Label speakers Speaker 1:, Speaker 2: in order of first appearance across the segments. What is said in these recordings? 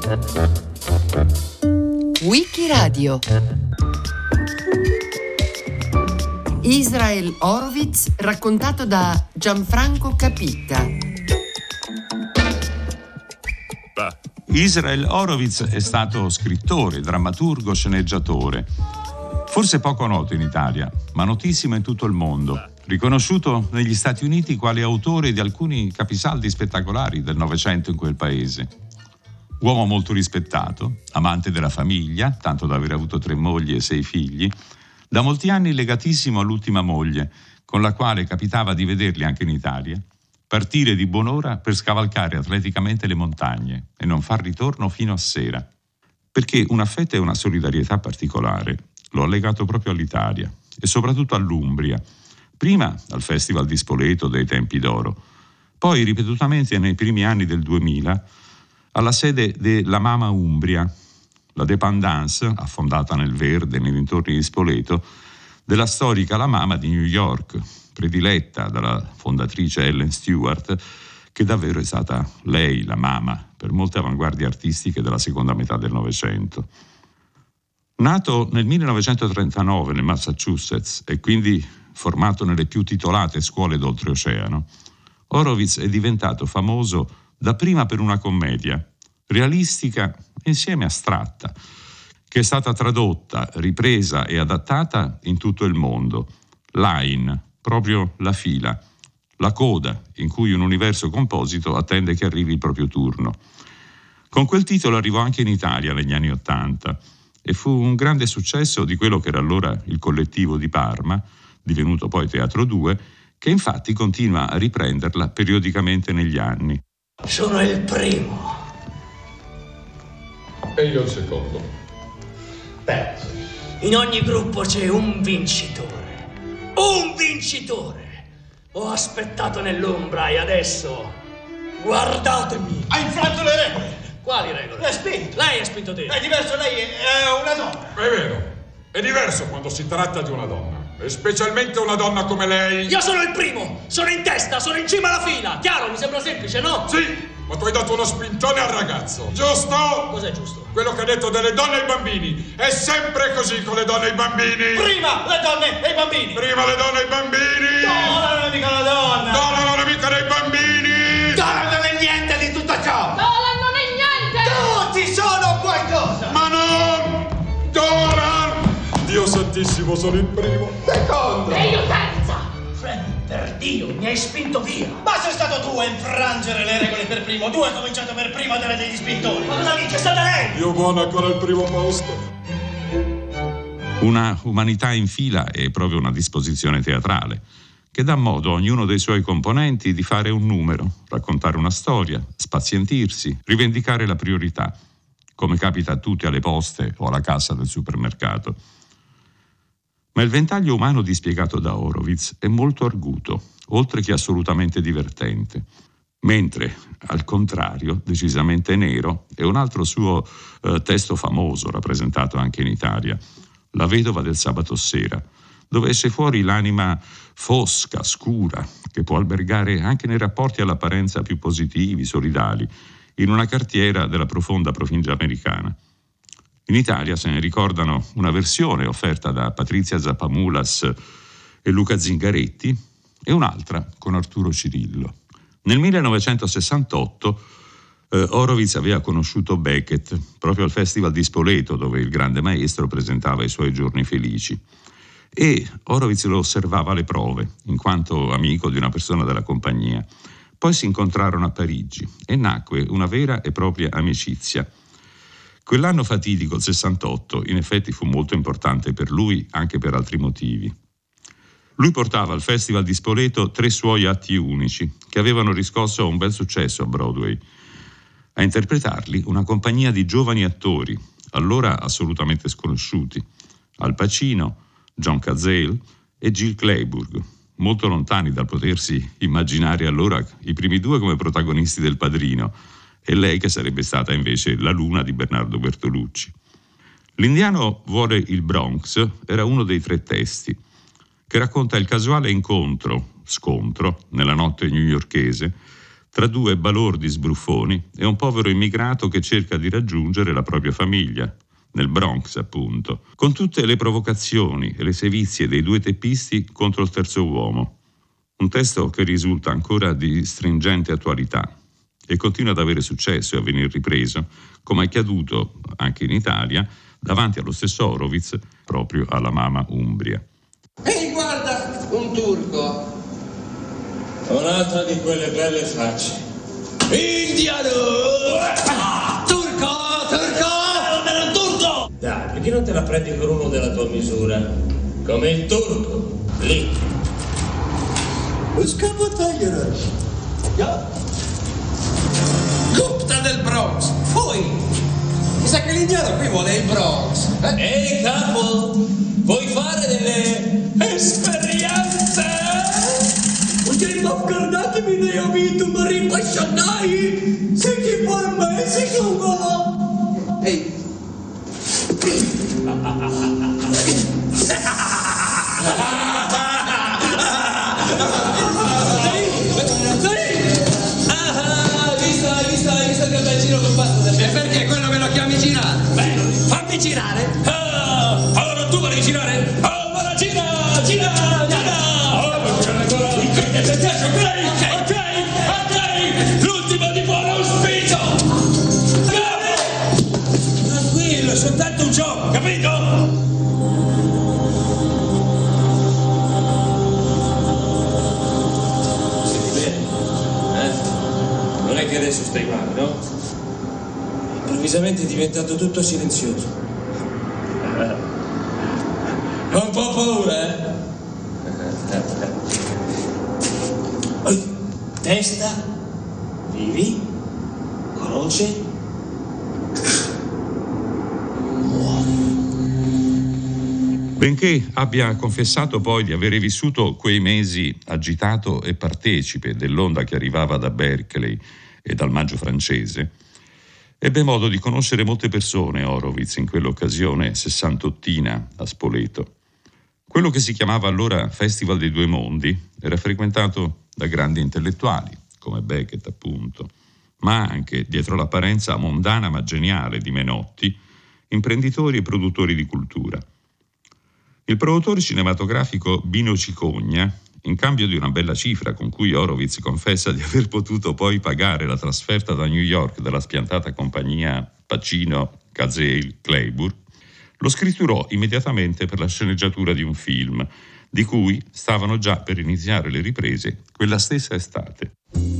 Speaker 1: Wikiradio. Israel Horovitz raccontato da Gianfranco Capita.
Speaker 2: Israel Horovitz è stato scrittore, drammaturgo, sceneggiatore. Forse poco noto in Italia, ma notissimo in tutto il mondo. Riconosciuto negli Stati Uniti quale autore di alcuni capisaldi spettacolari del Novecento in quel paese. Uomo molto rispettato, amante della famiglia, tanto da aver avuto 3 mogli e 6 figli, da molti anni legatissimo all'ultima moglie, con la quale capitava di vederli anche in Italia, partire di buon'ora per scavalcare atleticamente le montagne e non far ritorno fino a sera. Perché un affetto e una solidarietà particolare lo ha legato proprio all'Italia e soprattutto all'Umbria, prima al Festival di Spoleto dei tempi d'oro, poi ripetutamente nei primi anni del 2000 alla sede della Mama Umbria, la dépendance, affondata nel verde nei dintorni di Spoleto, della storica La Mama di New York, prediletta dalla fondatrice Ellen Stewart, che davvero è stata lei la Mama per molte avanguardie artistiche della seconda metà del Novecento. Nato nel 1939 nel Massachusetts e quindi formato nelle più titolate scuole d'oltreoceano, Horovitz è diventato famoso dapprima per una commedia realistica e insieme astratta, che è stata tradotta, ripresa e adattata in tutto il mondo. Line, proprio la fila, la coda in cui un universo composito attende che arrivi il proprio turno. Con quel titolo arrivò anche in Italia negli anni '80 e fu un grande successo di quello che era allora il Collettivo di Parma, divenuto poi Teatro 2, che infatti continua a riprenderla periodicamente negli anni.
Speaker 3: Sono il primo.
Speaker 4: E io il secondo.
Speaker 3: Terzo. In ogni gruppo c'è un vincitore. Un vincitore! Ho aspettato nell'ombra e adesso guardatemi.
Speaker 5: Ha infranto le regole.
Speaker 3: Quali regole?
Speaker 5: Le ha spinto.
Speaker 3: Lei ha spinto te.
Speaker 5: È diverso, lei è una donna.
Speaker 4: È vero. È diverso quando si tratta di una donna. E specialmente una donna come lei.
Speaker 3: Io sono il primo. Sono in testa, sono in cima alla fila. Chiaro? Mi sembra semplice, no?
Speaker 4: Sì. Ma tu hai dato uno spintone al ragazzo, giusto?
Speaker 3: Cos'è giusto?
Speaker 4: Quello che ha detto delle donne e i bambini. È sempre così con le donne e i bambini.
Speaker 5: Prima le donne e i bambini.
Speaker 4: Prima le donne e i bambini.
Speaker 5: No, non è mica la donna.
Speaker 4: Donna non è mica dei bambini.
Speaker 5: Donna non è niente di tutto ciò.
Speaker 6: Dolan non è niente.
Speaker 5: Tutti sono qualcosa.
Speaker 4: Ma non! Doran! Dio santissimo, sono il primo.
Speaker 5: Secondo.
Speaker 6: E io terza.
Speaker 3: Freddy, per Dio, mi hai spinto via.
Speaker 5: Ma sei stato tu a infrangere le regole per primo. Tu hai cominciato per primo a dare degli spintoni.
Speaker 3: Ma cosa dice? È stata lei!
Speaker 4: Io buono ancora al primo posto.
Speaker 2: Una umanità in fila è proprio una disposizione teatrale che dà modo a ognuno dei suoi componenti di fare un numero, raccontare una storia, spazientirsi, rivendicare la priorità, come capita a tutti alle poste o alla cassa del supermercato. Ma il ventaglio umano dispiegato da Horovitz è molto arguto, oltre che assolutamente divertente. Mentre, al contrario, decisamente nero, è un altro suo testo famoso, rappresentato anche in Italia, La vedova del sabato sera, dove esce fuori l'anima fosca, scura, che può albergare anche nei rapporti all'apparenza più positivi, solidali, in una cartiera della profonda provincia americana. In Italia se ne ricordano una versione offerta da Patrizia Zappamulas e Luca Zingaretti e un'altra con Arturo Cirillo. Nel 1968 Horovitz aveva conosciuto Beckett proprio al Festival di Spoleto, dove il grande maestro presentava i suoi giorni felici. E Horovitz lo osservava alle prove, in quanto amico di una persona della compagnia. Poi si incontrarono a Parigi e nacque una vera e propria amicizia. Quell'anno fatidico, il 68, in effetti fu molto importante per lui anche per altri motivi. Lui portava al Festival di Spoleto 3 suoi atti unici, che avevano riscosso un bel successo a Broadway. A interpretarli una compagnia di giovani attori, allora assolutamente sconosciuti, Al Pacino, John Cazale e Jill Clayburgh, molto lontani dal potersi immaginare allora i primi 2 come protagonisti del Padrino, e lei che sarebbe stata invece la Luna di Bernardo Bertolucci. L'indiano vuole il Bronx era uno dei 3 testi, che racconta il casuale scontro, nella notte newyorkese, tra due balordi sbruffoni e un povero immigrato che cerca di raggiungere la propria famiglia, nel Bronx appunto, con tutte le provocazioni e le sevizie dei due teppisti contro il terzo uomo. Un testo che risulta ancora di stringente attualità e continua ad avere successo e a venire ripreso, come è accaduto anche in Italia, davanti allo stesso Horowitz, proprio alla Mama Umbria.
Speaker 7: Ehi, guarda, un turco!
Speaker 5: Un'altra di quelle belle facce. Indiano!
Speaker 7: Turco!
Speaker 5: Non era un turco! Dai, perché non te la prendi per uno della tua misura? Come il turco, lì. Lo scappo tagliere.
Speaker 7: Gupta del Bronx! Poi! Mi sa che l'indiano qui vuole il Bronx!
Speaker 5: Ehi, capo! Vuoi fare delle esperienze? Guardatemi dei abiti, ma rimpascianai! Sei chi per me, sei come!
Speaker 7: Ehi!
Speaker 5: Hai visto che bel giro che ho fatto da te?
Speaker 7: E perché quello me lo chiami girare?
Speaker 5: Beh, fammi girare! Allora tu vuoi girare? Allora gira! Ok! L'ultimo di buon auspicio! Tranquillo, è soltanto un gioco, capito? Senti bene, non è che adesso stai male, no? Improvvisamente è diventato tutto silenzioso. Ho un po' paura, eh? Testa, vivi, croce,
Speaker 2: Benché abbia confessato poi di avere vissuto quei mesi agitato e partecipe dell'onda che arrivava da Berkeley e dal Maggio francese, ebbe modo di conoscere molte persone Horowitz in quell'occasione sessantottina a Spoleto. Quello che si chiamava allora Festival dei Due Mondi era frequentato da grandi intellettuali, come Beckett appunto, ma anche, dietro l'apparenza mondana ma geniale di Menotti, imprenditori e produttori di cultura. Il produttore cinematografico Bino Cicogna, in cambio di una bella cifra con cui Horowitz confessa di aver potuto poi pagare la trasferta da New York della spiantata compagnia Pacino-Cazale-Claiborne, lo scritturò immediatamente per la sceneggiatura di un film, di cui stavano già per iniziare le riprese quella stessa estate.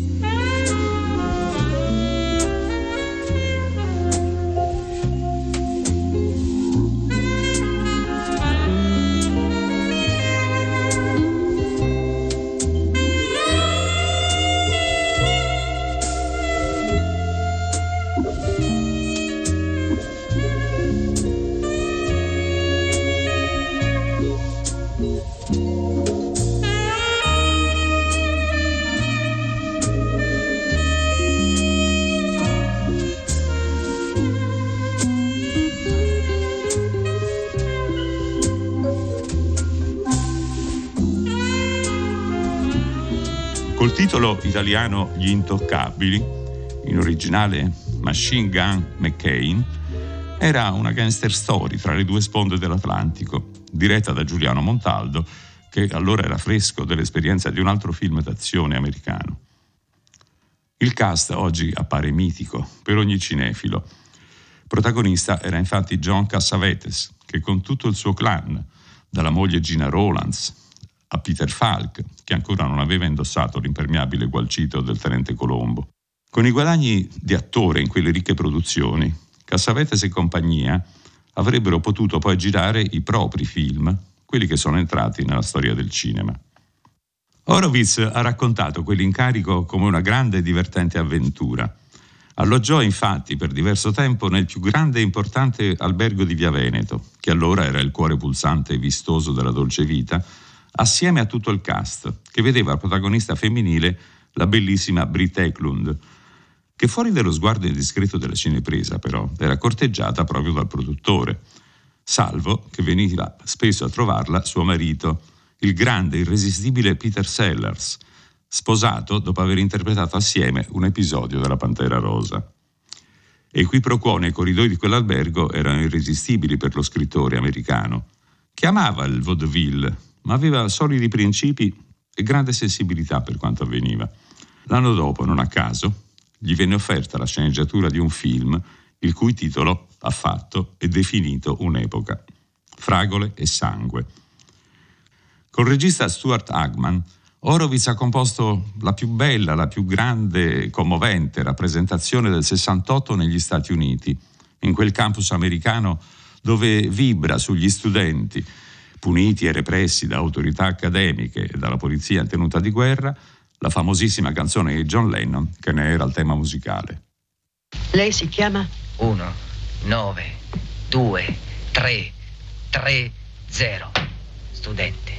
Speaker 2: Col titolo italiano Gli Intoccabili, in originale Machine Gun McCain, era una gangster story tra le due sponde dell'Atlantico, diretta da Giuliano Montaldo, che allora era fresco dell'esperienza di un altro film d'azione americano. Il cast oggi appare mitico per ogni cinefilo. Protagonista era infatti John Cassavetes, che con tutto il suo clan, dalla moglie Gina Rowlands a Peter Falk, che ancora non aveva indossato l'impermeabile gualcito del tenente Colombo. Con i guadagni di attore in quelle ricche produzioni, Cassavetes e compagnia avrebbero potuto poi girare i propri film, quelli che sono entrati nella storia del cinema. Horowitz ha raccontato quell'incarico come una grande e divertente avventura. Alloggiò infatti per diverso tempo nel più grande e importante albergo di Via Veneto, che allora era il cuore pulsante e vistoso della dolce vita, assieme a tutto il cast, che vedeva protagonista femminile la bellissima Britt Eklund, che fuori dello sguardo indiscreto della cinepresa però era corteggiata proprio dal produttore, salvo che veniva spesso a trovarla suo marito, il grande, irresistibile Peter Sellers, sposato dopo aver interpretato assieme un episodio della Pantera Rosa. E i quiproquo nei corridoi di quell'albergo erano irresistibili per lo scrittore americano, che amava il vaudeville, ma aveva solidi principi e grande sensibilità per quanto avveniva. L'anno dopo, non a caso, gli venne offerta la sceneggiatura di un film il cui titolo ha fatto e definito un'epoca: Fragole e sangue. Col regista Stuart Hagman, Horowitz ha composto la più bella, la più grande e commovente rappresentazione del 68 negli Stati Uniti, in quel campus americano dove vibra sugli studenti, puniti e repressi da autorità accademiche e dalla polizia in tenuta di guerra, la famosissima canzone di John Lennon che ne era il tema musicale.
Speaker 8: Lei si chiama?
Speaker 9: 1, 9, 2, 3, 3, 0. Studente.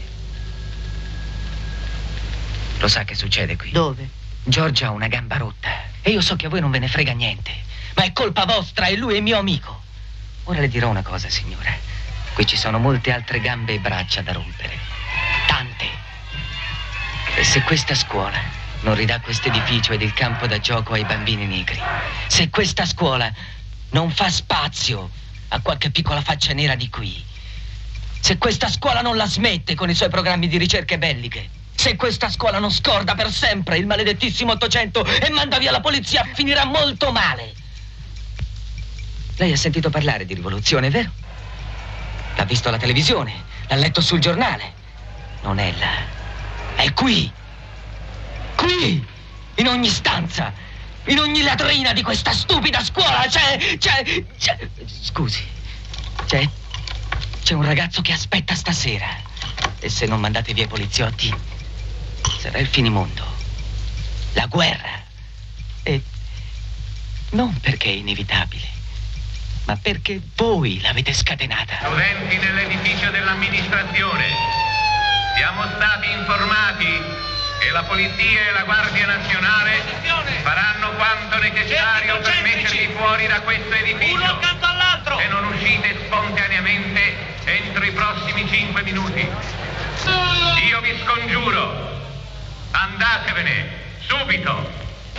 Speaker 9: Lo sa che succede qui?
Speaker 8: Dove?
Speaker 9: George ha una gamba rotta e io so che a voi non ve ne frega niente, ma è colpa vostra e lui è mio amico. Ora le dirò una cosa, signora. Qui ci sono molte altre gambe e braccia da rompere. Tante. E se questa scuola non ridà questo edificio ed il campo da gioco ai bambini negri, se questa scuola non fa spazio a qualche piccola faccia nera di qui, se questa scuola non la smette con i suoi programmi di ricerche belliche, se questa scuola non scorda per sempre il maledettissimo Ottocento e manda via la polizia, finirà molto male. Lei ha sentito parlare di rivoluzione, vero? L'ha visto alla televisione, l'ha letto sul giornale. Non è là, è qui. Qui, in ogni stanza, in ogni latrina di questa stupida scuola c'è... Scusi, c'è un ragazzo che aspetta stasera. E se non mandate via i poliziotti, sarà il finimondo. La guerra. E non perché è inevitabile, ma perché voi l'avete scatenata.
Speaker 10: Studenti nell'edificio dell'amministrazione, siamo stati informati che la polizia e la Guardia Nazionale faranno quanto necessario per mettervi fuori da questo edificio.
Speaker 3: Uno accanto all'altro!
Speaker 10: Se non uscite spontaneamente entro i prossimi 5 minuti. Io vi scongiuro, andatevene, subito!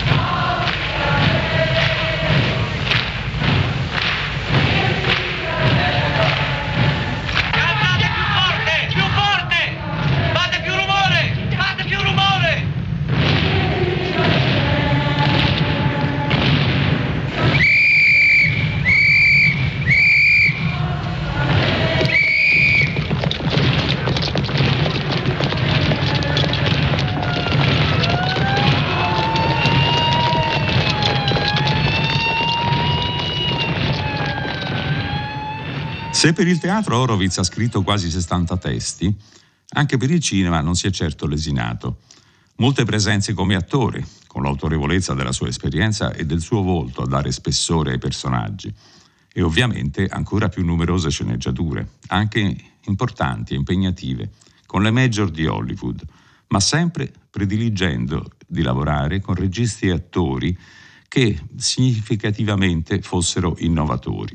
Speaker 2: Se per il teatro Horowitz ha scritto quasi 60 testi, anche per il cinema non si è certo lesinato. Molte presenze come attore, con l'autorevolezza della sua esperienza e del suo volto a dare spessore ai personaggi, e ovviamente ancora più numerose sceneggiature, anche importanti e impegnative, con le major di Hollywood, ma sempre prediligendo di lavorare con registi e attori che significativamente fossero innovatori.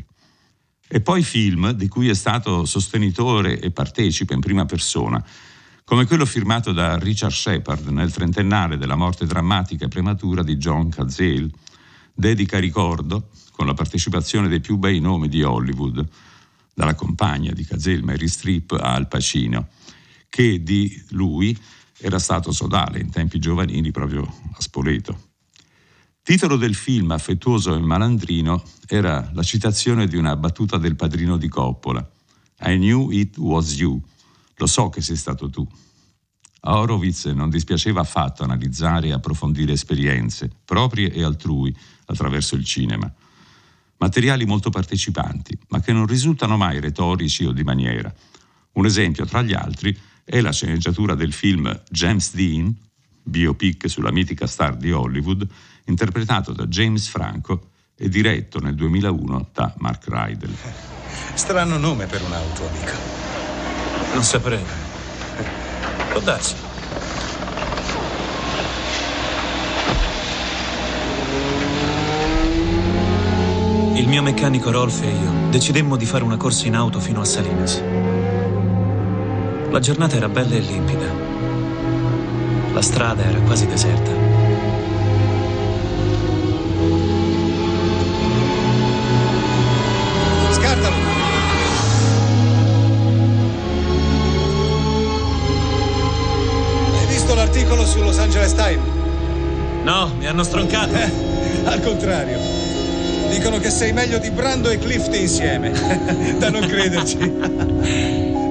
Speaker 2: E poi film di cui è stato sostenitore e partecipe in prima persona, come quello firmato da Richard Shepard nel trentennale della morte drammatica e prematura di John Cazale, Dedica ricordo, con la partecipazione dei più bei nomi di Hollywood, dalla compagna di Cazale, Mary Streep, a Al Pacino, che di lui era stato sodale in tempi giovanili proprio a Spoleto. Titolo del film, affettuoso e malandrino, era la citazione di una battuta del padrino di Coppola: I knew it was you. Lo so che sei stato tu. A Horowitz non dispiaceva affatto analizzare e approfondire esperienze, proprie e altrui, attraverso il cinema. Materiali molto partecipanti, ma che non risultano mai retorici o di maniera. Un esempio, tra gli altri, è la sceneggiatura del film James Dean, biopic sulla mitica star di Hollywood, interpretato da James Franco e diretto nel 2001 da Mark Rydell.
Speaker 11: Strano nome per un'auto, amico.
Speaker 12: Non saprei. Può darsi. Il mio meccanico Rolf e io decidemmo di fare una corsa in auto fino a Salinas. La giornata era bella e limpida. La strada era quasi deserta.
Speaker 11: Scartalo! Hai visto l'articolo su Los Angeles Times?
Speaker 12: No, mi hanno stroncato.
Speaker 11: Al contrario. Dicono che sei meglio di Brando e Clift insieme. Da non crederci.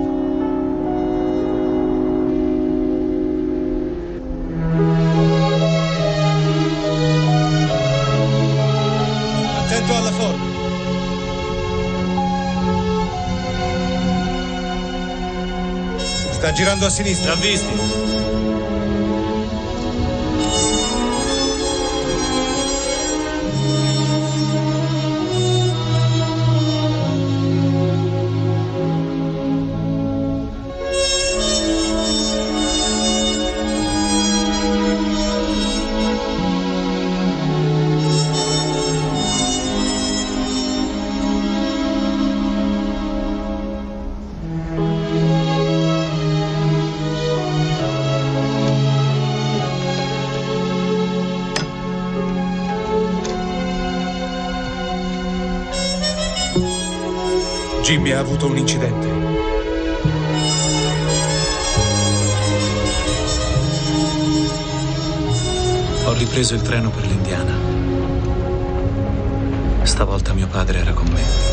Speaker 11: Sta girando a sinistra.
Speaker 12: Già visti.
Speaker 11: Jimmy ha avuto un incidente.
Speaker 12: Ho ripreso il treno per l'Indiana. Stavolta mio padre era con me.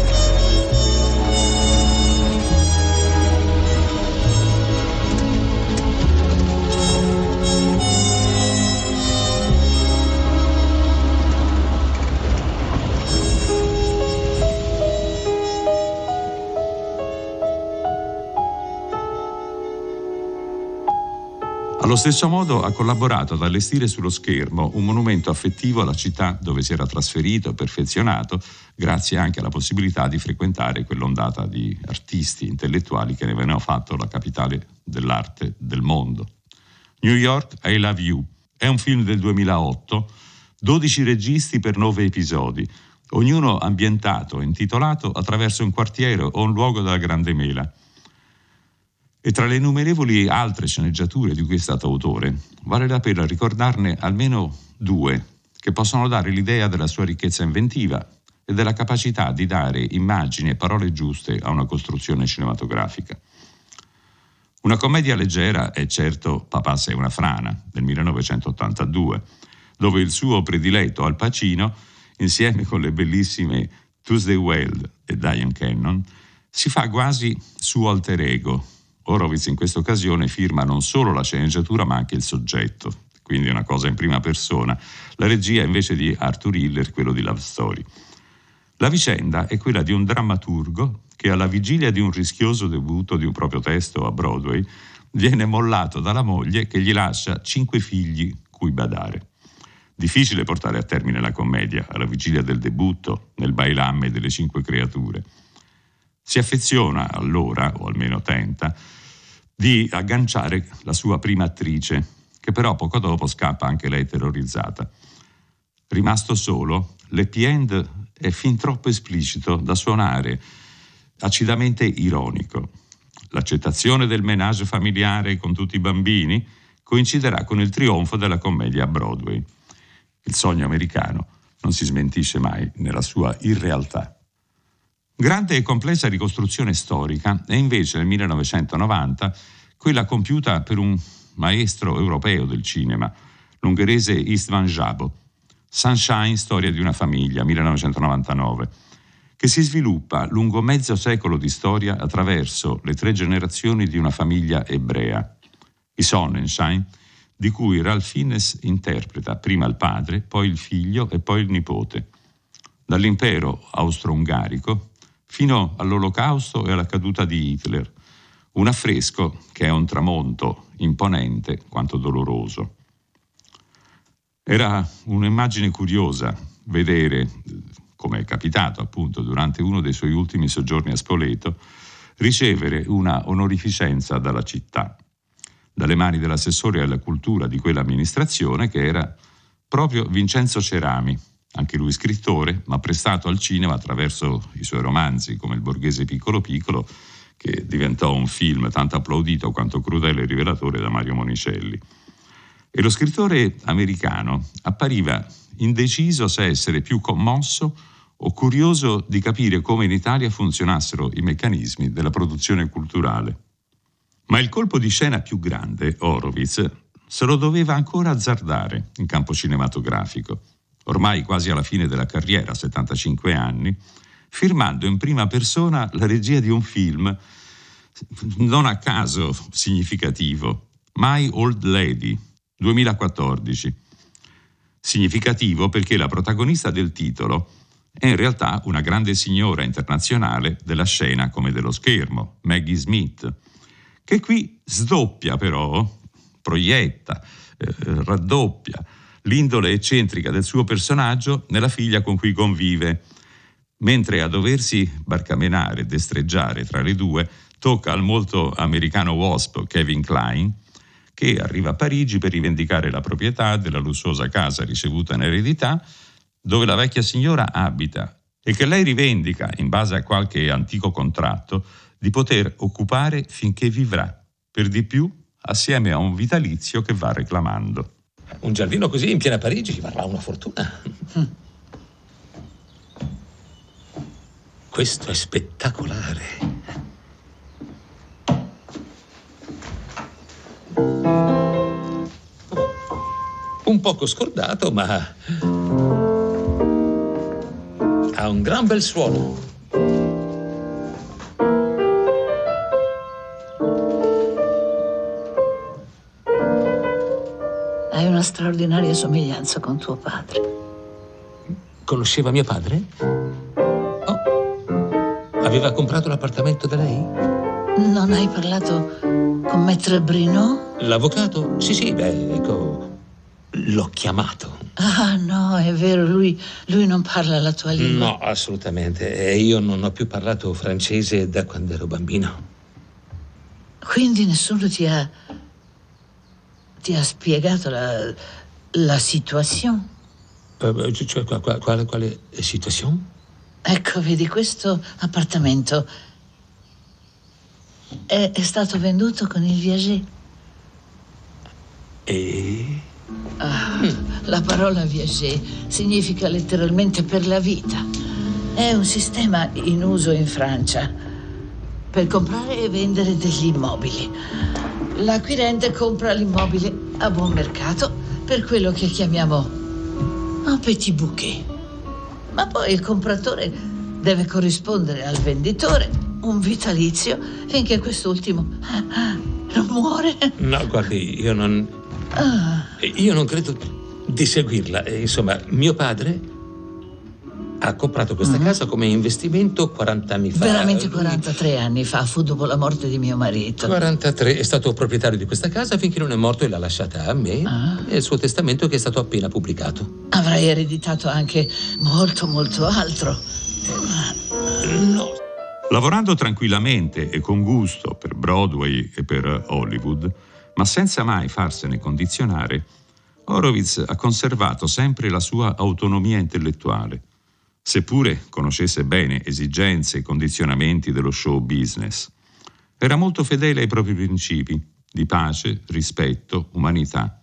Speaker 2: Allo stesso modo ha collaborato ad allestire sullo schermo un monumento affettivo alla città dove si era trasferito e perfezionato, grazie anche alla possibilità di frequentare quell'ondata di artisti intellettuali che ne avevano fatto la capitale dell'arte del mondo. New York, I Love You è un film del 2008, 12 registi per 9 episodi, ognuno ambientato e intitolato attraverso un quartiere o un luogo della Grande Mela. E tra le innumerevoli altre sceneggiature di cui è stato autore, vale la pena ricordarne almeno 2 che possono dare l'idea della sua ricchezza inventiva e della capacità di dare immagini e parole giuste a una costruzione cinematografica. Una commedia leggera è certo Papà sei una frana, del 1982, dove il suo prediletto Al Pacino, insieme con le bellissime Tuesday Weld e Diane Cannon, si fa quasi suo alter ego. Horowitz in questa occasione firma non solo la sceneggiatura ma anche il soggetto, quindi una cosa in prima persona. La regia invece di Arthur Hiller, quello di Love Story. La vicenda è quella di un drammaturgo che alla vigilia di un rischioso debutto di un proprio testo a Broadway viene mollato dalla moglie che gli lascia 5 figli cui badare. Difficile portare a termine la commedia alla vigilia del debutto nel bailamme delle 5 creature. Si affeziona allora, o almeno tenta, di agganciare la sua prima attrice, che però poco dopo scappa anche lei terrorizzata. Rimasto solo, l'happy end è fin troppo esplicito da suonare acidamente ironico. L'accettazione del ménage familiare con tutti i bambini coinciderà con il trionfo della commedia a Broadway. Il sogno americano non si smentisce mai nella sua irrealtà. Grande e complessa ricostruzione storica è invece nel 1990 quella compiuta per un maestro europeo del cinema, l'ungherese István Szabó, Sunshine, storia di una famiglia, 1999, che si sviluppa lungo mezzo secolo di storia attraverso le 3 generazioni di una famiglia ebrea, i Sonnenschein, di cui Ralph Fiennes interpreta prima il padre, poi il figlio e poi il nipote. Dall'impero austro-ungarico fino all'Olocausto e alla caduta di Hitler, un affresco che è un tramonto imponente quanto doloroso. Era un'immagine curiosa vedere, come è capitato appunto durante uno dei suoi ultimi soggiorni a Spoleto, ricevere una onorificenza dalla città, dalle mani dell'assessore alla cultura di quell'amministrazione che era proprio Vincenzo Cerami, anche lui scrittore, ma prestato al cinema attraverso i suoi romanzi, come Il borghese piccolo piccolo, che diventò un film tanto applaudito quanto crudele e rivelatore da Mario Monicelli. E lo scrittore americano appariva indeciso se essere più commosso o curioso di capire come in Italia funzionassero i meccanismi della produzione culturale. Ma il colpo di scena più grande, Horowitz, se lo doveva ancora azzardare in campo cinematografico, ormai quasi alla fine della carriera, 75 anni, firmando in prima persona la regia di un film, non a caso significativo, My Old Lady, 2014. Significativo perché la protagonista del titolo è in realtà una grande signora internazionale della scena come dello schermo, Maggie Smith, che qui sdoppia però, proietta, raddoppia l'indole eccentrica del suo personaggio nella figlia con cui convive, mentre a doversi barcamenare e destreggiare tra le due tocca al molto americano wasp Kevin Kline, che arriva a Parigi per rivendicare la proprietà della lussuosa casa ricevuta in eredità, dove la vecchia signora abita e che lei rivendica, in base a qualche antico contratto, di poter occupare finché vivrà, per di più assieme a un vitalizio che va reclamando.
Speaker 7: Un giardino così in piena Parigi varrà una fortuna. Questo è spettacolare. Un poco scordato, ma ha un gran bel suono.
Speaker 13: Hai una straordinaria somiglianza con tuo padre.
Speaker 7: Conosceva mio padre? Oh, aveva comprato l'appartamento da lei?
Speaker 13: Non hai parlato con Maître Bruno?
Speaker 7: L'avvocato? Sì, ecco, l'ho chiamato.
Speaker 13: Ah, no, è vero, lui non parla la tua lingua.
Speaker 7: No, assolutamente. E io non ho più parlato francese da quando ero bambino.
Speaker 13: Quindi nessuno ti ha spiegato la situazione?
Speaker 7: Cioè, quale situazione?
Speaker 13: Ecco, vedi, questo appartamento è stato venduto con il viager.
Speaker 7: E?
Speaker 13: La parola viager significa letteralmente per la vita. È un sistema in uso in Francia per comprare e vendere degli immobili. L'acquirente compra l'immobile a buon mercato per quello che chiamiamo un petit bouquet. Ma poi il compratore deve corrispondere al venditore un vitalizio finché quest'ultimo non muore.
Speaker 7: No, guardi, io non credo di seguirla. Insomma, mio padre ha comprato questa casa come investimento 40 anni fa.
Speaker 13: Veramente 43 anni fa, fu dopo la morte di mio marito.
Speaker 7: 43, è stato proprietario di questa casa finché non è morto e l'ha lasciata a me. È il suo testamento che è stato appena pubblicato.
Speaker 13: Avrai ereditato anche molto, molto altro.
Speaker 7: No.
Speaker 2: Lavorando tranquillamente e con gusto per Broadway e per Hollywood, ma senza mai farsene condizionare, Horowitz ha conservato sempre la sua autonomia intellettuale, seppure conoscesse bene esigenze e condizionamenti dello show business. Era molto fedele ai propri principi di pace, rispetto, umanità,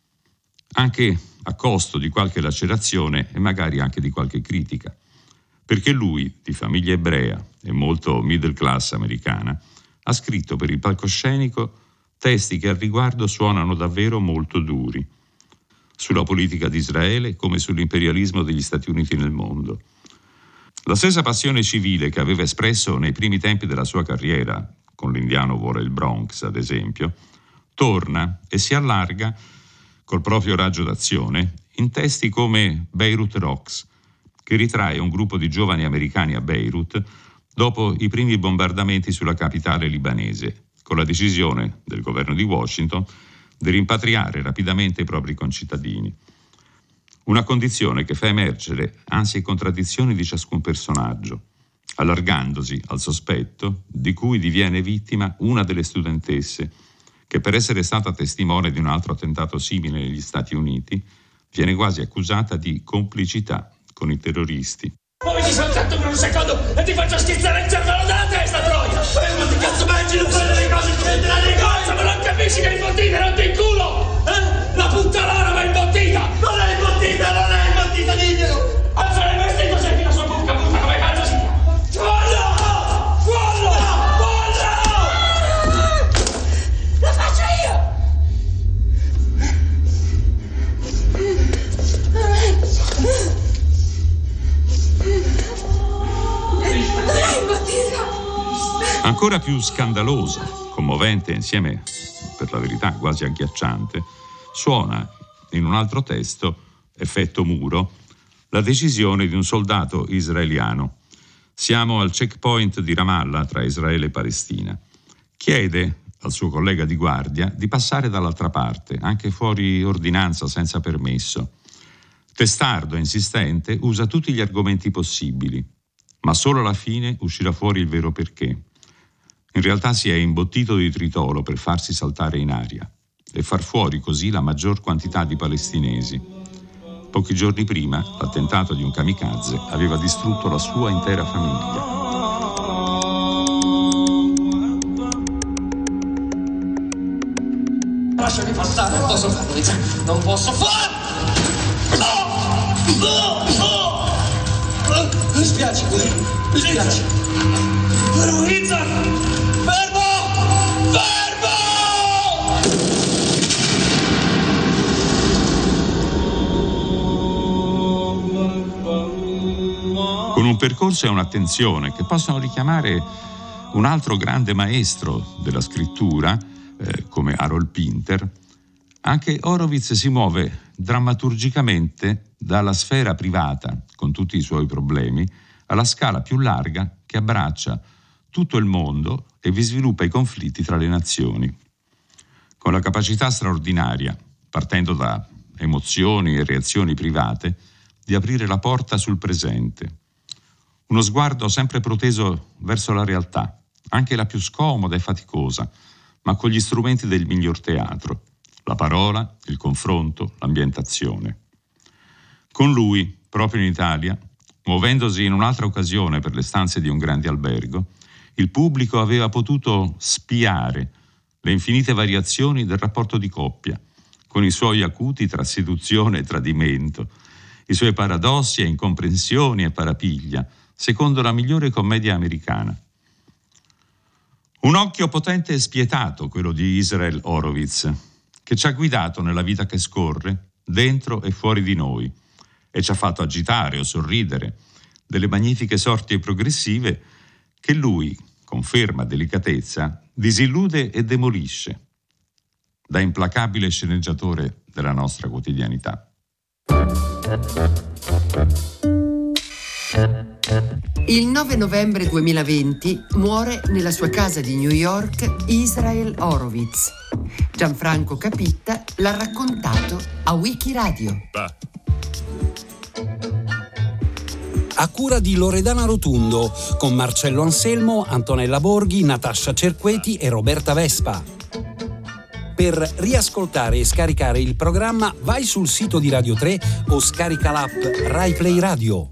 Speaker 2: anche a costo di qualche lacerazione e magari anche di qualche critica, perché lui, di famiglia ebrea e molto middle class americana, ha scritto per il palcoscenico testi che al riguardo suonano davvero molto duri, sulla politica di Israele come sull'imperialismo degli Stati Uniti nel mondo. La stessa passione civile che aveva espresso nei primi tempi della sua carriera, con L'indiano vuole il Bronx, ad esempio, torna e si allarga col proprio raggio d'azione in testi come Beirut Rocks, che ritrae un gruppo di giovani americani a Beirut dopo i primi bombardamenti sulla capitale libanese, con la decisione del governo di Washington di rimpatriare rapidamente i propri concittadini. Una condizione che fa emergere ansie e contraddizioni di ciascun personaggio, allargandosi al sospetto di cui diviene vittima una delle studentesse, che per essere stata testimone di un altro attentato simile negli Stati Uniti, viene quasi accusata di complicità con i terroristi.
Speaker 3: Muoviti soltanto per un secondo e ti faccio schizzare il cervello dalla testa, troia! Ma ti cazzo mangi non fare delle cose, ti prenderai le cose, ma non capisci che il fortino non ti in culo! La tutta l'araba è imbottita! Non è imbottita, diglielo! Alza il vestito, senti la sua bocca, puttana, come cazzo si chiama? Fallo!
Speaker 6: Lo faccio io!
Speaker 2: Ancora più scandalosa, commovente e insieme, per la verità, quasi agghiacciante, suona in un altro testo, Effetto muro, la decisione di un soldato israeliano. Siamo al checkpoint di Ramallah tra Israele e Palestina. Chiede al suo collega di guardia di passare dall'altra parte, anche fuori ordinanza, senza permesso. Testardo e insistente, usa tutti gli argomenti possibili, ma solo alla fine uscirà fuori il vero perché. In realtà si è imbottito di tritolo per farsi saltare in aria e far fuori così la maggior quantità di palestinesi. Pochi giorni prima, l'attentato di un kamikaze aveva distrutto la sua intera famiglia.
Speaker 3: Lasciami passare, non posso farlo, Richard. Non posso farlo! Mi spiace, mi spiace. Richard! Fermo!
Speaker 2: Con un percorso e un'attenzione che possono richiamare un altro grande maestro della scrittura, come Harold Pinter, anche Horowitz si muove drammaturgicamente dalla sfera privata, con tutti i suoi problemi, alla scala più larga che abbraccia tutto il mondo e vi sviluppa i conflitti tra le nazioni. Con la capacità straordinaria, partendo da emozioni e reazioni private, di aprire la porta sul presente. Uno sguardo sempre proteso verso la realtà, anche la più scomoda e faticosa, ma con gli strumenti del miglior teatro: la parola, il confronto, l'ambientazione. Con lui, proprio in Italia, muovendosi in un'altra occasione per le stanze di un grande albergo, il pubblico aveva potuto spiare le infinite variazioni del rapporto di coppia, con i suoi acuti tra seduzione e tradimento, i suoi paradossi e incomprensioni e parapiglia, secondo la migliore commedia americana. Un occhio potente e spietato, quello di Israel Horowitz, che ci ha guidato nella vita che scorre, dentro e fuori di noi, e ci ha fatto agitare o sorridere delle magnifiche sorti progressive che lui, con ferma delicatezza, disillude e demolisce, da implacabile sceneggiatore della nostra quotidianità.
Speaker 1: Il 9 novembre 2020 muore nella sua casa di New York Israel Horowitz. Gianfranco Capitta l'ha raccontato a Wikiradio.
Speaker 14: A cura di Loredana Rotundo, con Marcello Anselmo, Antonella Borghi, Natascia Cerqueti e Roberta Vespa. Per riascoltare e scaricare il programma vai sul sito di Radio 3 o scarica l'app Rai Play Radio.